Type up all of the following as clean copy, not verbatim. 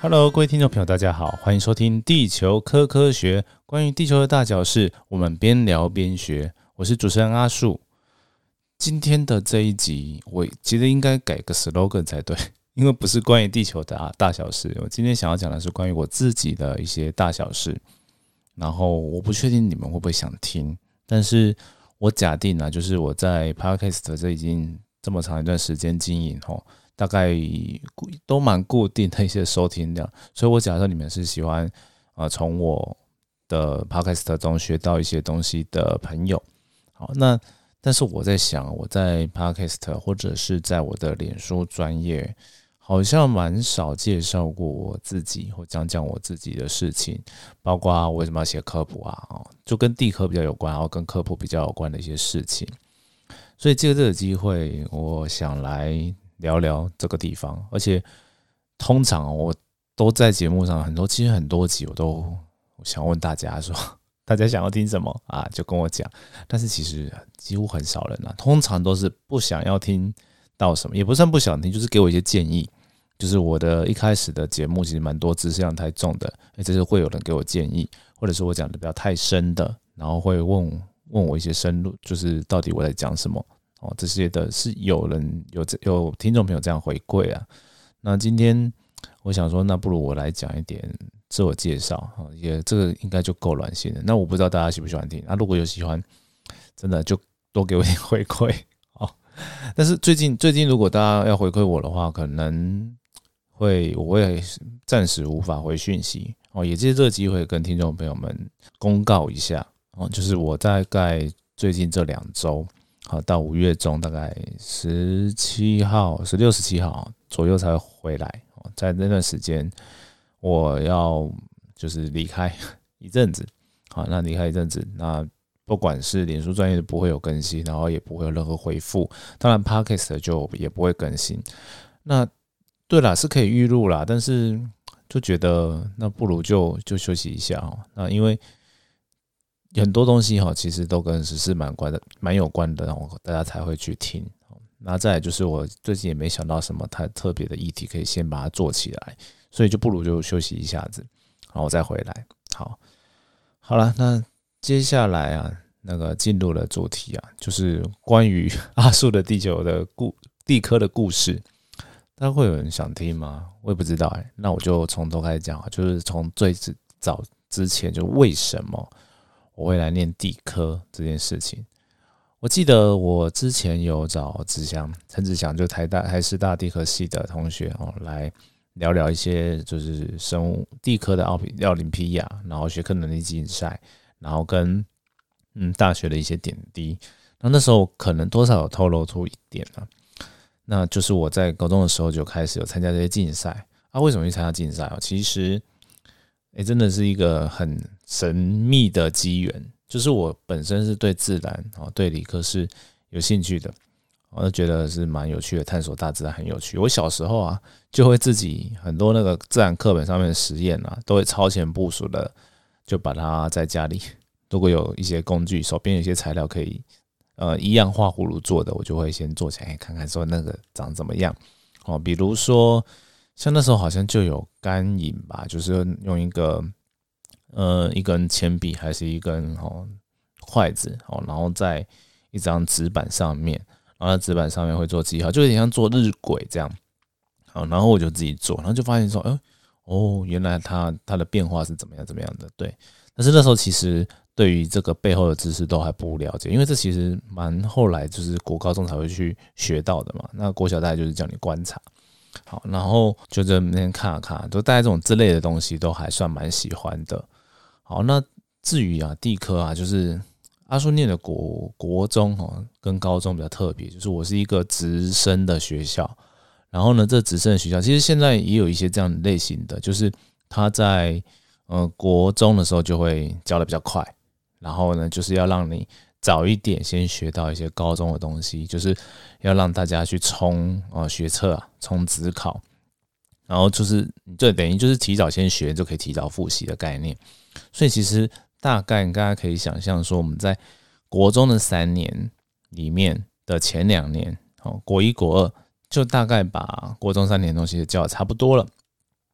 Hello，各位听众朋友，大家好，欢迎收听地球科学，关于地球的大小事，我们边聊边学。我是主持人阿树。今天的这一集，我觉得应该改个 slogan 才对，因为不是关于地球的大小事。我今天想要讲的是关于我自己的一些大小事，然后我不确定你们会不会想听，但是我假定啊，就是我在 Podcast 这已经这么长一段时间经营吼。大概都蛮固定的一些收听量，所以我假设你们是喜欢从我的 podcast 中学到一些东西的朋友。好，那但是我在想，我在 podcast 或者是在我的脸书专页，好像蛮少介绍过我自己或讲我自己的事情，包括我为什么要写科普啊，就跟地科比较有关，然后跟科普比较有关的一些事情。所以借这个机会，我想来聊聊这个地方，而且通常我都在节目上其实很多集我都想问大家说，大家想要听什么啊，就跟我讲。但是其实几乎很少人啊，通常都是不想要听到什么，也不算不想听，就是给我一些建议。就是我的一开始的节目其实蛮多知识量太重的，这是会有人给我建议，或者是我讲的比较太深的，然后会问我一些深入，就是到底我在讲什么。这些的是有人有听众朋友这样回馈啊。那今天我想说，那不如我来讲一点自我介绍，也这个应该就够软性的。那我不知道大家喜不喜欢听啊？如果有喜欢，真的就多给我一点回馈。但是最近如果大家要回馈我的话，可能我会暂时无法回讯息也借这个机会跟听众朋友们公告一下就是我大概最近这2周。到5月中大概17号、16、17号左右才会回来。在那段时间，我要就是离开一阵子。好，那离开一阵子，那不管是脸书专页不会有更新，然后也不会有任何回复。当然 Podcast 就也不会更新。那对啦，是可以预录啦，但是就觉得那不如就休息一下那因为很多东西其实都跟时事蛮有关的，然后大家才会去听。那再来就是我最近也没想到什么太特别的议题可以先把它做起来，所以就不如就休息一下子，然后我再回来。好了，那接下来啊，那个进入了主题啊，就是关于阿树的地球的地科的故事。大家会有人想听吗？我也不知道那我就从头开始讲，就是从最早之前，就为什么我会来念地科这件事情。我记得我之前有找陈子祥，就台师大地科系的同学来聊聊一些就是生物地科的奥林匹亚，然后学科能力竞赛，然后跟大学的一些点滴。那时候可能多少有透露出一点那就是我在高中的时候就开始有参加这些竞赛为什么去参加竞赛其实真的是一个很神秘的机缘，就是我本身是对自然对理科是有兴趣的，我就觉得是蛮有趣的，探索大自然很有趣。我小时候就会自己很多那个自然课本上面的实验都会超前部署的，就把它在家里，如果有一些工具，手边有一些材料可以一样画葫芦做的，我就会先做起来看看说那个长怎么样比如说像那时候好像就有干引吧，就是用一根铅笔还是一根筷子然后在一张纸板上面，然后在纸板上面会做记号，就有点像做日晷这样。然后我就自己做，然后就发现说原来它的变化是怎么样的。对，但是那时候其实对于这个背后的知识都还不了解，因为这其实蛮后来就是国高中才会去学到的嘛。那国小大概就是叫你观察。好，然后就在那边看就大概这种之类的东西都还算蛮喜欢的。好，那至于地科就是阿树念的国中跟高中比较特别，就是我是一个直升的学校。然后呢，这直升的学校其实现在也有一些这样类型的，就是他在国中的时候就会教的比较快，然后呢就是要让你早一点先学到一些高中的东西，就是要让大家去冲学测冲指考，然后就是对，等于就是提早先学就可以提早复习的概念。所以其实大概大家可以想象说，我们在国中的3年里面的前2年，国1、国2就大概把国中3年的东西教得差不多了。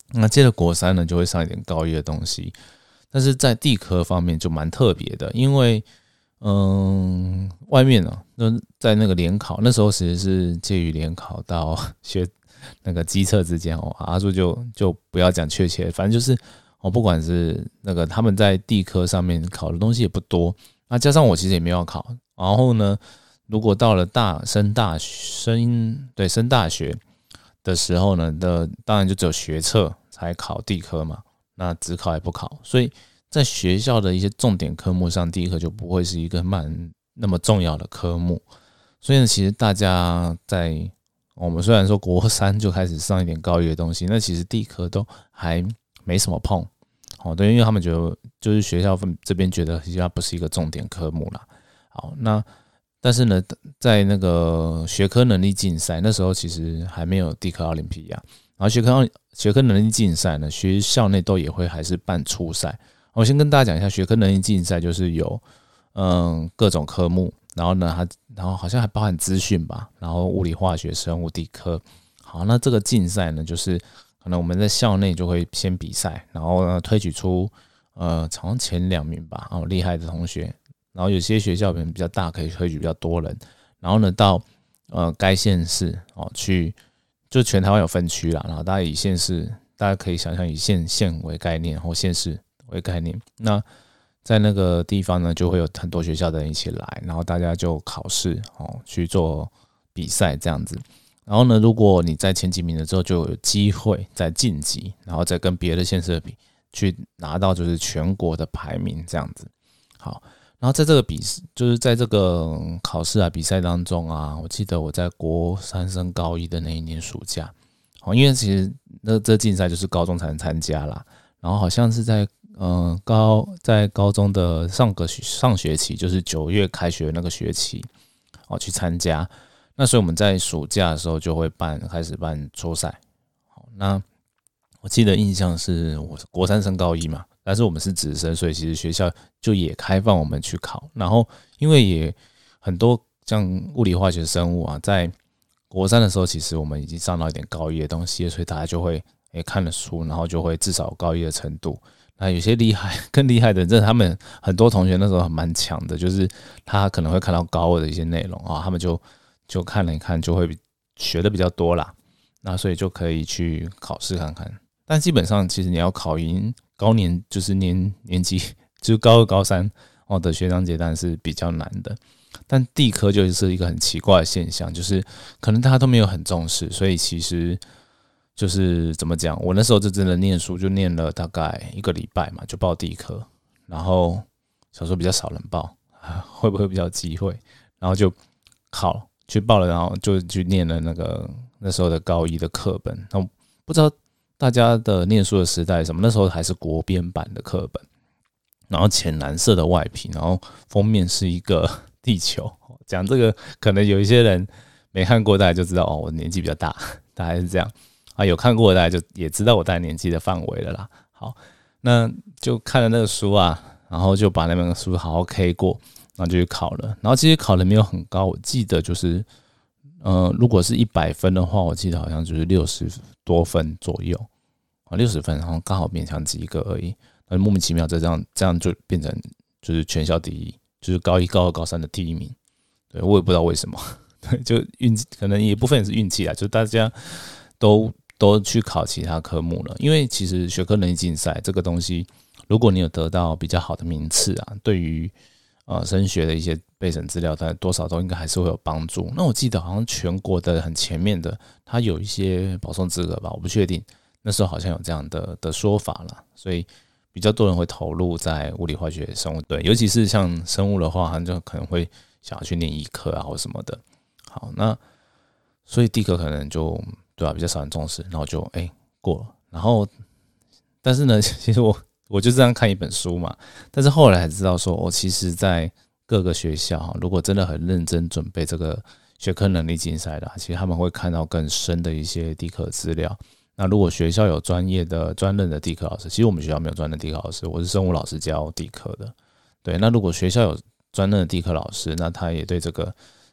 那接着国三呢，就会上一点高一的东西，但是在地科方面就蛮特别的，因为外面呢，在那个联考那时候，其实是介于联考到学那个基测之间哦。阿叔就不要讲确切，反正就是不管是那个他们在地科上面考的东西也不多，那加上我其实也没有考，然后呢，如果到了升大学的时候呢，当然就只有学测才考地科嘛，那指考也不考，所以在学校的一些重点科目上，地科就不会是一个那么重要的科目。所以呢，其实大家我们虽然说国三就开始上一点高一的东西，那其实地科都还没什么碰。对，因为他们觉得就是学校这边觉得它不是一个重点科目啦。好，但是呢，在那个学科能力竞赛那时候，其实还没有地科奥林匹亚。然后学科能力竞赛呢，学校内都也会还是办初赛。我先跟大家讲一下，学科能力竞赛就是有各种科目，然后好像还包含资讯吧，然后物理、化学、生物、地科。好，那这个竞赛呢，就是可能我们在校内就会先比赛，然后呢推举出好像前2名吧，厉害的同学。然后有些学校可能比较大，可以推举比较多人。然后呢，到该县市去，就全台湾有分区啦。然后大家以县市，大家可以想象以县为概念，或县市为概念。那在那个地方呢，就会有很多学校的人一起来，然后大家就考试去做比赛这样子。然后呢，如果你在前几名了之后，就有机会再晋级，然后再跟别的县市比，去拿到就是全国的排名这样子。好。然后在这个就是在这个考试比赛当中我记得我在国三升高一的那一年暑假，因为其实这竞赛就是高中才能参加啦。然后好像是在高中的上学期，就是9月开学那个学期去参加。那所以我们在暑假的时候就会开始办初赛。那我记得印象是我国三升高一嘛。但是我们是直升，所以其实学校就也开放我们去考。然后因为也很多像物理、化学、生物在国三的时候，其实我们已经上到一点高一的东西，所以大家就会看了书，然后就会至少高一的程度。那有些更厉害的人，真的他们很多同学那时候还蛮强的，就是他可能会看到高二的一些内容他们就看了一看，就会学的比较多啦。那所以就可以去考试看看。但基本上其实你要考赢高年就是年级就是高2、高3的学长姐当然是比较难的。但地科就是一个很奇怪的现象，就是可能大家都没有很重视，所以其实就是怎么讲，我那时候就真的念书就念了大概1个礼拜嘛，就报地科，然后想说比较少人报，会不会比较有机会，然后就去报了，然后就去念了那时候的高一的课本。然后不知道大家的念书的时代是什么？那时候还是国编版的课本，然后浅蓝色的外皮，然后封面是一个地球。讲这个可能有一些人没看过，大家就知道我年纪比较大，大概是这样有看过的大家就也知道我大概年纪的范围了啦。好，那就看了那个书然后就把那本书好好 K 过，然后就去考了。然后其实考的没有很高，我记得就是如果是100分的话，我记得好像就是60多分左右60分，然后刚好勉强及格而已。莫名其妙这样就变成就是全校第一，就是高1、高2、高3的第1名。对，我也不知道为什么，对，就运气，可能一部分也是运气啦，就大家都去考其他科目了。因为其实学科能力竞赛这个东西，如果你有得到比较好的名次对于升学的一些备审资料，但多少都应该还是会有帮助。那我记得好像全国的很前面的，它有一些保送资格吧，我不确定。那时候好像有这样的说法啦，所以比较多人会投入在物理、化学、生物，对，尤其是像生物的话，他就可能会想要去念医科或什么的。好，那所以地科可能就对比较少人重视，然后就过了。然后，但是呢，其实我就这样看一本书嘛，但是后来才知道说，其实在各个学校如果真的很认真准备这个学科能力竞赛的，其实他们会看到更深的一些地科资料。那如果学校有专任的地科老师，其实我们学校没有专任的地科老师，我是生物老师教地科的。对，那如果学校有专任的地科老师，那他也对这个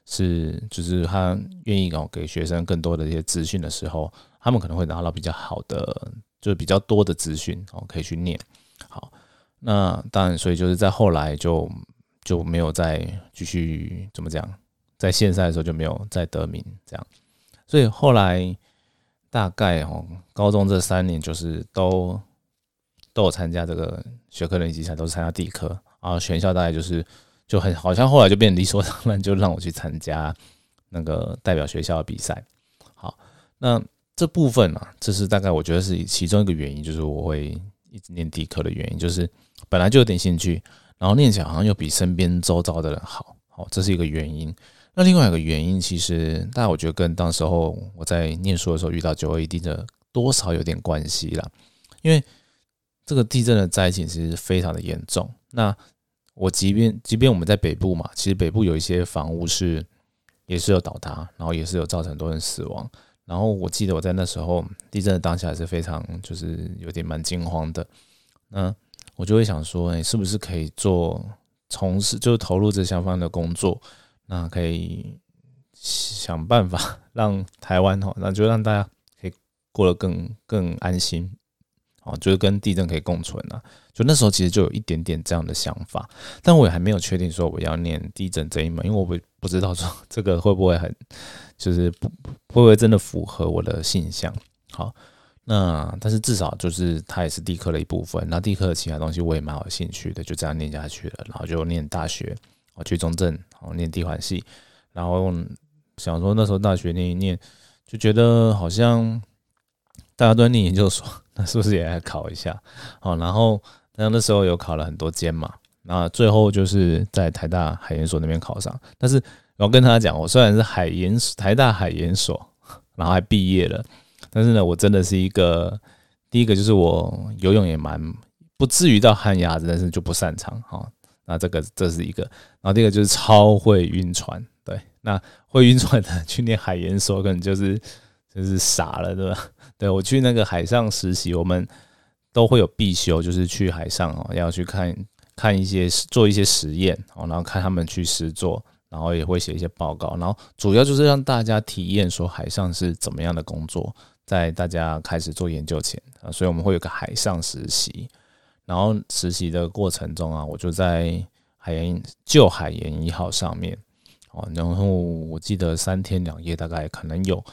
就是他愿意给学生更多的一些资讯的时候，他们可能会拿到比较好的，就是比较多的资讯可以去念。好，那当然，所以就是在后来就没有再继续怎么讲，在县赛的时候就没有再得名这样。所以后来大概高中这3年就是都有参加这个学科能力竞赛，都是参加地科，然后全校大概就很好像后来就变理所当然，就让我去参加那个代表学校的比赛。好，那这部分这是大概我觉得是其中一个原因，就是我会一直念地科的原因，就是本来就有点兴趣，然后念起来好像又比身边周遭的人好，这是一个原因。那另外一个原因，其实大概我觉得跟当时候我在念书的时候遇到921的多少有点关系啦，因为这个地震的灾情其实非常的严重。那我即便我们在北部嘛，其实北部有一些房屋也是有倒塌，然后也是有造成很多人死亡。然后我记得我在那时候地震的当下是非常就是有点蛮惊慌的。那我就会想说，是不是可以从事就是投入这相关的工作，那可以想办法让台湾那就让大家可以过得更安心。就是跟地震可以共存就那时候其实就有一点点这样的想法，但我也还没有确定说我要念地震这一门，因为我不知道说这个会不会就是会不会真的符合我的性向。好，那但是至少就是它也是地科的一部分，那地科的其他东西我也蛮有兴趣的，就这样念下去了，然后就念大学，去中正念地环系，然后想说那时候大学念一念，就觉得好像大家都在念研究所，那是不是也来考一下？然后那时候有考了很多间嘛，那最后就是在台大海研所那边考上。但是我要跟他讲，我虽然是台大海研所，然后还毕业了，但是呢，我真的是第一个就是我游泳也蛮不至于到旱鸭子，但是就不擅长那这是一个，然后第二个就是超会晕船，对，那会晕船的去念海研所，可能就是傻了，对吧？对，我去那个海上实习，我们都会有必修，就是去海上要去看做一些实验然后看他们去实作，然后也会写一些报告，然后主要就是让大家体验说海上是怎么样的工作，在大家开始做研究前所以我们会有个海上实习，然后实习的过程中我就在旧海研1号上面然后我记得3天2夜大概可能有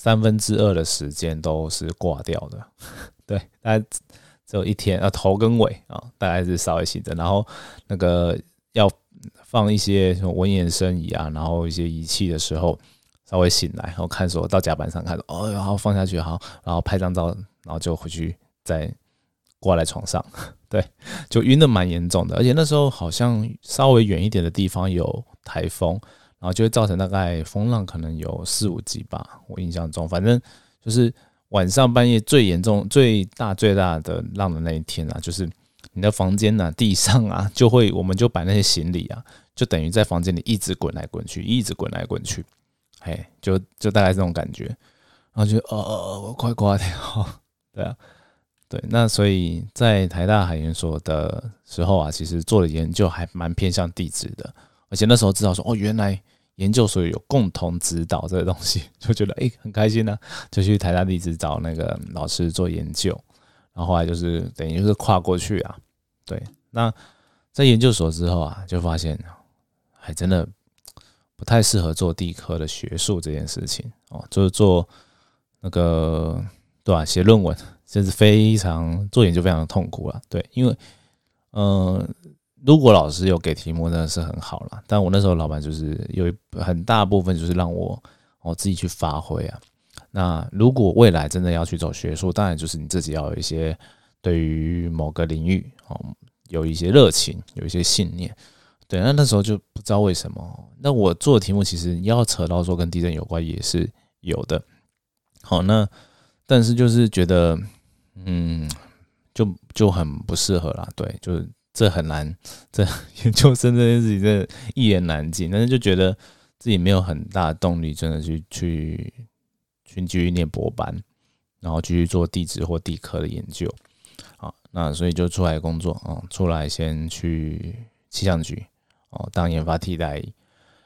2/3的时间都是挂掉的，对，大概只有1天头跟尾大概是稍微醒着，然后那个要放一些什么文衍生仪然后一些仪器的时候稍微醒来，然后看说到甲板上看说然后放下去好，然后拍张照，然后就回去再挂在床上，对，就晕得蛮严重的，而且那时候好像稍微远一点的地方有台风。然后就会造成大概风浪可能有4、5级吧，我印象中，反正就是晚上半夜最严重、最大的浪的那一天就是你的房间地上我们就摆那些行李就等于在房间里一直滚来滚去，一直滚来滚去，就大概这种感觉，然后就我快挂掉，对对，那所以在台大海研所的时候其实做的研究还蛮偏向地质的。而且那时候知道说原来研究所有共同指导这个东西，就觉得很开心就去台大地质找那个老师做研究，然后后来就是等于就是跨过去对，那在研究所之后就发现还真的不太适合做地科的学术这件事情就是做那个对吧，写论文就是做研究非常的痛苦对，因为如果老师有给题目，真的是很好啦。但我那时候老板就是有很大部分就是让我自己去发挥那如果未来真的要去走学术，当然就是你自己要有一些对于某个领域有一些热情，有一些信念。对，那时候就不知道为什么。那我做的题目其实要扯到说跟地震有关也是有的。那但是就是觉得就很不适合啦。对，就是这很难，这研究生这件事情真的一言难尽，但是就觉得自己没有很大的动力，真的去继续念博班，然后继续做地质或地科的研究。那所以就出来工作出来先去气象局当研发替代役，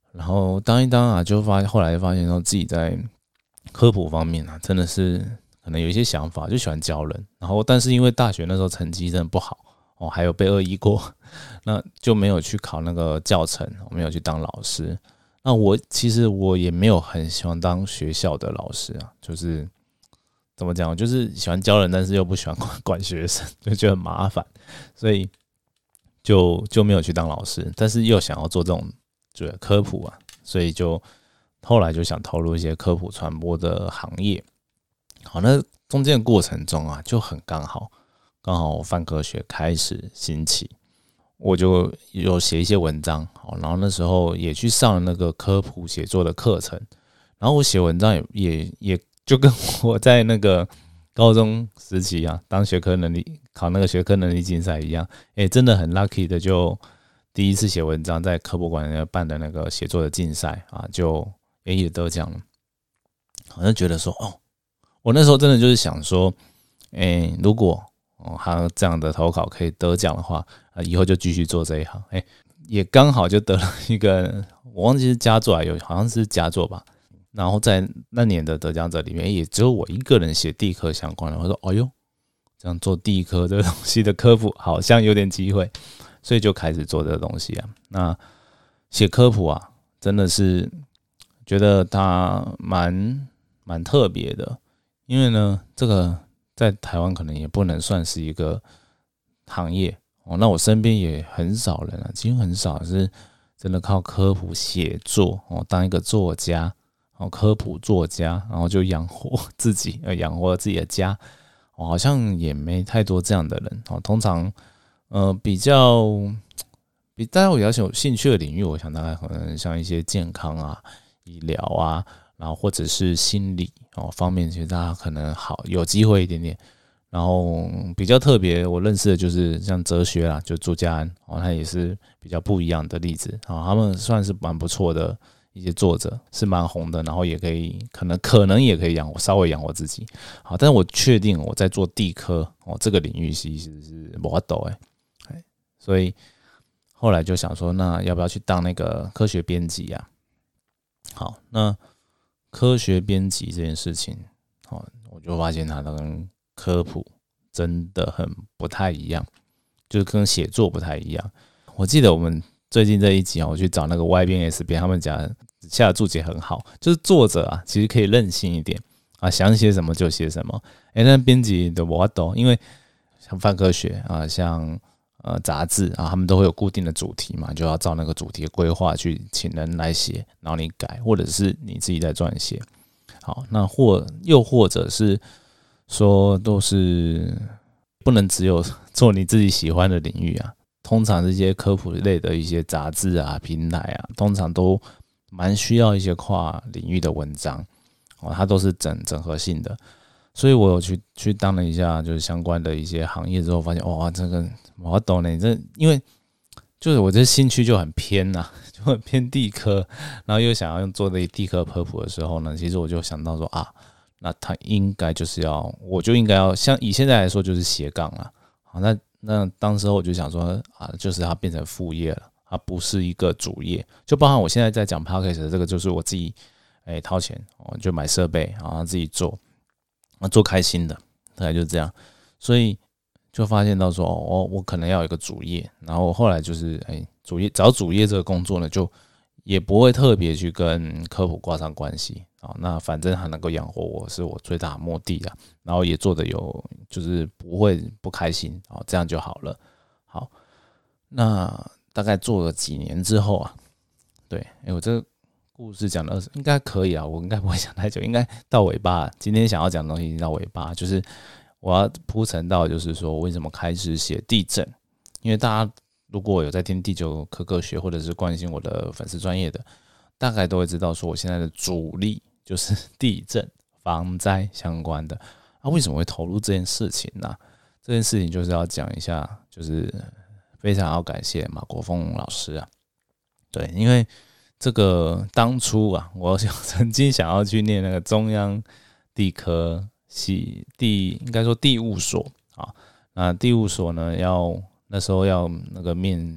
然后当一当啊，后来发现说自己在科普方面啊，真的是可能有一些想法，就喜欢教人。然后但是因为大学那时候成绩真的不好还有被恶意过，那就没有去考那个教程，我没有去当老师。那其实我也没有很喜欢当学校的老师啊，就是怎么讲，我就是喜欢教人，但是又不喜欢管学生，就觉得很麻烦，所以就没有去当老师。但是又想要做这种就是科普啊，所以后来就想投入一些科普传播的行业。好，那中间的过程中啊，就很刚好泛科学开始兴起。我就有写一些文章，然后那时候也去上了那个科普写作的课程，然后我写文章也就跟我在那个高中时期啊，考那个学科能力竞赛一样，真的很 lucky 的，就第一次写文章在科博馆办的那个写作的竞赛啊，也得奖了。好像觉得说，我那时候真的就是想说，如果他这样的投稿可以得奖的话，以后就继续做这一行。也刚好就得了一个，我忘记是佳作好像是佳作吧。然后在那年的得奖者里面，也只有我一个人写地科相关的。我说，哎呦，这样做地科这个东西的科普好像有点机会，所以就开始做这个东西啊。那写科普啊，真的是觉得它蛮特别的，因为呢，这个在台湾可能也不能算是一个行业那我身边也很少人啊，几乎很少是真的靠科普写作当一个作家科普作家，然后就养活自己的家好像也没太多这样的人通常比大家比较有兴趣的领域，我想大概可能像一些健康啊、医疗啊，然后或者是心理方面，其实大家可能有机会一点点。然后比较特别，我认识的就是像哲学啦，就朱家安他也是比较不一样的例子他们算是蛮不错的一些作者，是蛮红的，然后也可能也可以稍微养活自己。好，但是我确定我在做地科这个领域其实是没法度所以后来就想说，那要不要去当那个科学编辑啊？好，那科学编辑这件事情我就发现它跟科普真的很不太一样，就是跟写作不太一样。我记得我们最近这一集我去找那个 Y 编 S 编，他们讲下的注解很好，就是作者啊，其实可以任性一点啊，想写什么就写什么。那编辑的我懂，因为像泛科学啊，像杂志啊，他们都会有固定的主题嘛，就要照那个主题的规划去请人来写，然后你改，或者是你自己在撰写。好，那又或者是说都是不能只有做你自己喜欢的领域啊。通常这些科普类的一些杂志啊、平台啊，通常都蛮需要一些跨领域的文章它都是整合性的。所以我有去当了一下就是相关的一些行业之后，发现哇，这个我懂了，因为就是我这兴趣就很偏就很偏地科，然后又想要做地科科普的时候呢，其实我就想到说那他应该我就应该要像以现在来说就是斜杠啦。好，那当时我就想说就是它变成副业了，它不是一个主业。就包含我现在在讲 Podcast 的这个，就是我自己掏钱就买设备然后自己做开心的，大概就是这样。所以就发现到说我可能要有一个主业，然后后来就是找主业这个工作呢，就也不会特别去跟科普挂上关系那反正还能够养活我是我最大的目的啦，然后也做的就是不会不开心这样就好了。好，那大概做了几年之后对我这个故事讲的应该可以我应该不会讲太久，应该到尾巴今天想要讲的东西已经到尾巴，就是我要铺陈到就是说为什么开始写地震。因为大家如果有在听地球科学或者是关心我的粉丝专业的，大概都会知道说我现在的主力就是地震防灾相关的为什么会投入这件事情呢？这件事情就是要讲一下，就是非常要感谢马国凤老师对，因为这个当初我曾经想要去念那个中央地科系应该说地务所那地务所呢那时候要那个面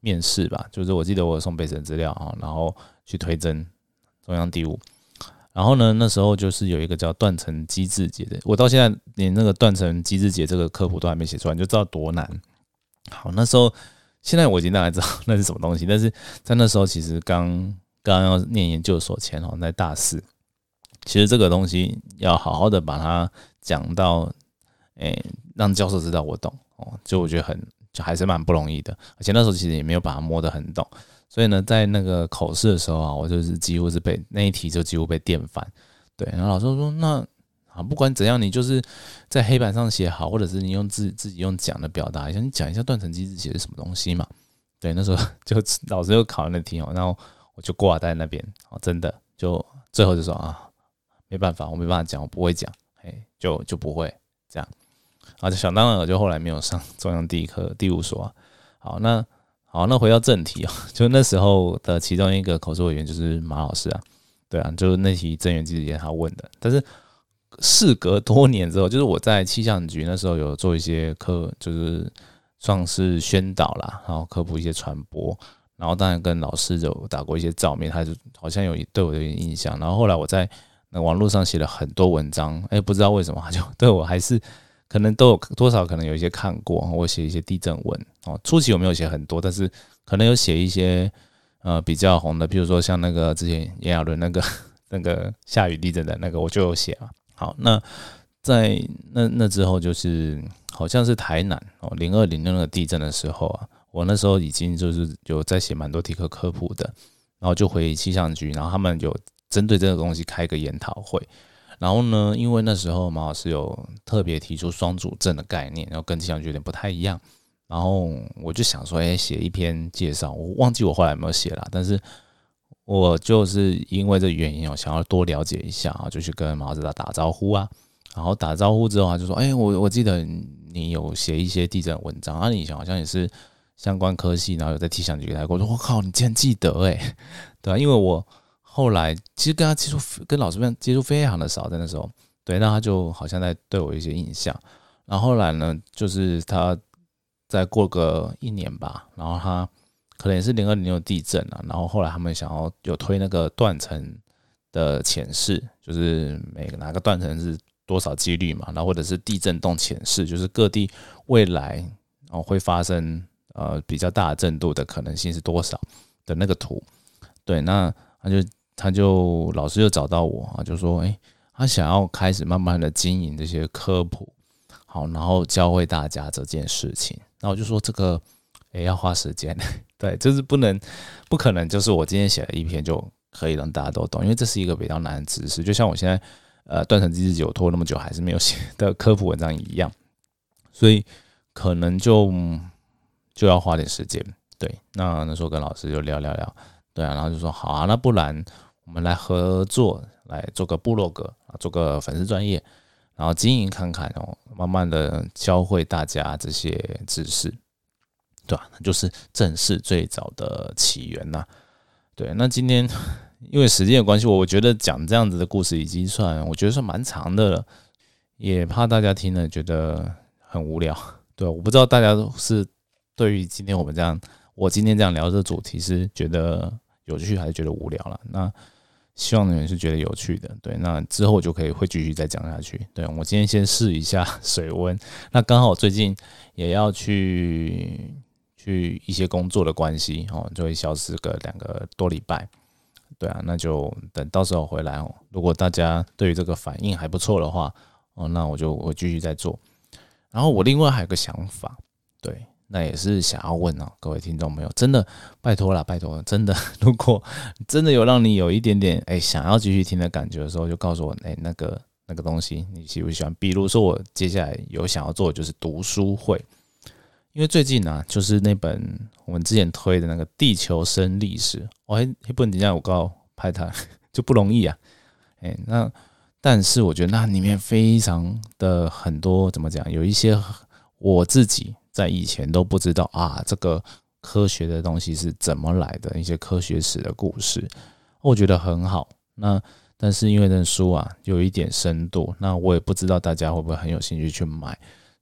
面试吧，就是我记得我有送备审资料然后去推甄中央第5。然后呢，那时候就是有一个叫断层机制节的，我到现在连那个断层机制节这个科普都还没写出来，你就知道多难。好，那时候现在我已经大概知道那是什么东西，但是在那时候其实刚要念研究所前在大4，其实这个东西要好好的把它讲到，让教授知道我懂就我觉得就还是蛮不容易的，而且那时候其实也没有把它摸得很懂。所以呢，在那个口试的时候我就是几乎是被那一题就几乎被电翻。对，然后老师说那不管怎样，你就是在黑板上写好，或者是你用自己用讲的表达一下，你讲一下断层机制节是什么东西嘛。对，那时候就老师就考了那题然后我就挂在那边真的就最后就说没办法，我没办法讲，我不会讲，就不会这样。就想当然我就后来没有上中央第5所。好，那回到正题就那时候的其中一个口试委员就是马老师对就是那题增援机制节他问的。但是事隔多年之后，就是我在气象局那时候有做一些课，就是算是宣导啦，然后科普一些传播，然后当然跟老师有打过一些照面，他就好像有对我有点印象。然后后来我在网络上写了很多文章，不知道为什么他就对我还是可能都有多少可能有一些看过，我写一些地震文初期我没有写很多，但是可能有写一些比较红的，比如说像那个之前炎亚纶那个下雨地震的那个我就有写好，那在那之后就是好像是台南0206那个地震的时候我那时候已经就是有在写蛮多地科科普的，然后就回气象局，然后他们有针对这个东西开个研讨会。然后呢，因为那时候马老师有特别提出双主政的概念，然后跟气象局有点不太一样，然后我就想说写一篇介绍，我忘记我后来有没有写啦，但是我就是因为这个原因想要多了解一下就去跟马老师打招呼然后打招呼之后他就说我记得你有写一些地震文章你以前好像也是相关科系，然后有在气象局待过。我说我靠，你竟然记得对因为我后来其实跟老师接触非常的少，在那时候对，那他就好像在对我有一些印象。然后后来呢，就是他再过个1年吧，然后他可能也是0206地震然后后来他们想要有推那个断层的潜势，就是哪个断层是多少几率嘛，然后或者是地震动潜势，就是各地未来会发生比较大的震度的可能性是多少的那个图。对，那他就老师就找到我就说他想要开始慢慢的经营这些科普，好，然后教会大家这件事情。那我就说这个要花时间，对，就是不可能就是我今天写了一篇就可以让大家都懂，因为这是一个比较难的知识，就像我现在断层机制节拖那么久还是没有写的科普文章一样，所以可能就要花点时间。对，那时候跟老师就聊，对然后就说好那不然我们来合作，来做个部落格，做个粉丝专页，然后经营看看慢慢的教会大家这些知识，对那就是正式最早的起源对，那今天因为时间的关系，我觉得讲这样子的故事已经我觉得算蛮长的了，也怕大家听了觉得很无聊。对，我不知道大家是对于今天我今天这样聊这个主题是觉得有趣还是觉得无聊啦，那希望你们是觉得有趣的。对，那之后我就会继续再讲下去。对，我今天先试一下水温，那刚好最近也要去一些工作的关系就会消失个2个多礼拜。对那就等到时候回来如果大家对于这个反应还不错的话那我就会继续再做。然后我另外还有个想法，对，那也是想要问各位听众朋友，真的拜托真的，如果真的有让你有一点点想要继续听的感觉的时候，就告诉我那个东西你喜不喜欢。比如说我接下来有想要做的就是读书会，因为最近就是那本我们之前推的那个地球生历史那本真的有够拍它就不容易那但是我觉得那里面非常的很多怎么讲，有一些我自己在以前都不知道这个科学的东西是怎么来的，一些科学史的故事，我觉得很好。那但是因为这书有一点深度，那我也不知道大家会不会很有兴趣去买，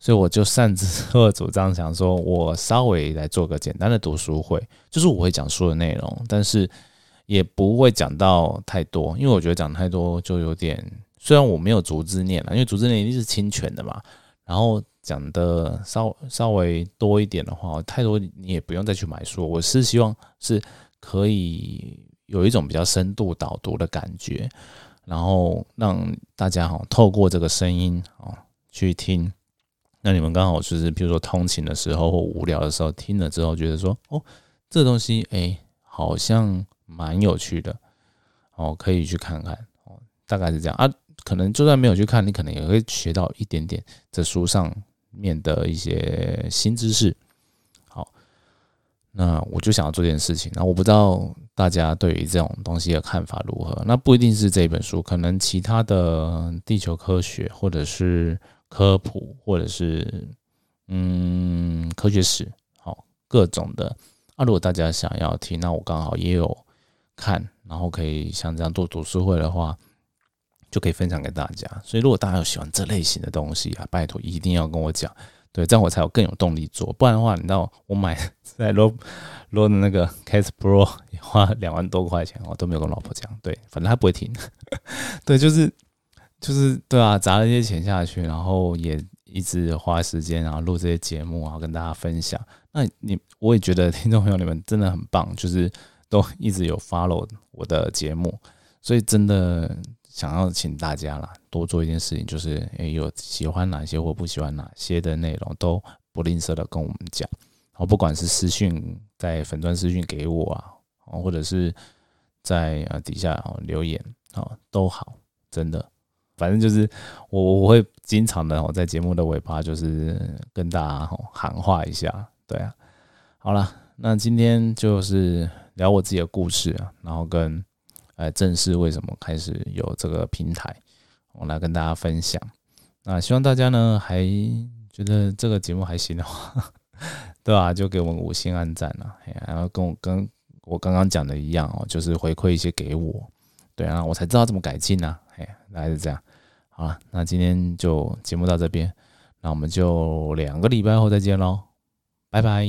所以我就擅自主张想说，我稍微来做个简单的读书会，就是我会讲书的内容，但是也不会讲到太多，因为我觉得讲太多就有点，虽然我没有逐字念啦，因为逐字念一定是侵权的嘛，然后讲的稍微多一点的话，太多你也不用再去买书。我是希望是可以有一种比较深度导读的感觉，然后让大家透过这个声音去听。那你们刚好就是比如说通勤的时候或无聊的时候听了之后，觉得说这个东西好像蛮有趣的可以去看看大概是这样啊。可能就算没有去看，你可能也会学到一点点这书上面的一些新知识。好，那我就想要做这件事情，然后我不知道大家对于这种东西的看法如何。那不一定是这本书，可能其他的地球科学或者是科普或者是科学史，各种的如果大家想要听，那我刚好也有看，然后可以像这样做读书会的话，就可以分享给大家。所以如果大家有喜欢这类型的东西拜托一定要跟我讲，对，这样我才有更有动力做。不然的话，你知道我买在 low 的那个 Case Pro 也花2万多块钱，我都没有跟老婆讲，对，反正他不会听。对，就是对啊，砸了一些钱下去，然后也一直花时间，然后录这些节目，然后跟大家分享。那我也觉得听众朋友你们真的很棒，就是都一直有 follow 我的节目，所以真的想要请大家啦，多做一件事情，就是有喜欢哪些或不喜欢哪些的内容，都不吝啬的跟我们讲。不管是私讯在粉专私讯给我或者是在底下留言都好，真的。反正就是我会经常的在节目的尾巴就是跟大家喊话一下，对啊。好啦，那今天就是聊我自己的故事然后跟正式为什么开始有这个平台，我来跟大家分享。那希望大家呢还觉得这个节目还行的话，对啊，就给我们5星按赞然后跟我刚刚讲的一样就是回馈一些给我，对啊，我才知道怎么改进大概是这样。好了，那今天就节目到这边，那我们就2个礼拜后再见咯，拜拜。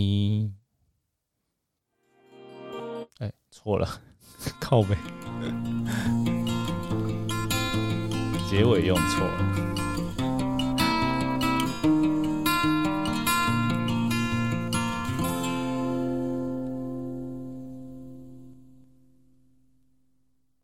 错了，靠北，结尾用错了。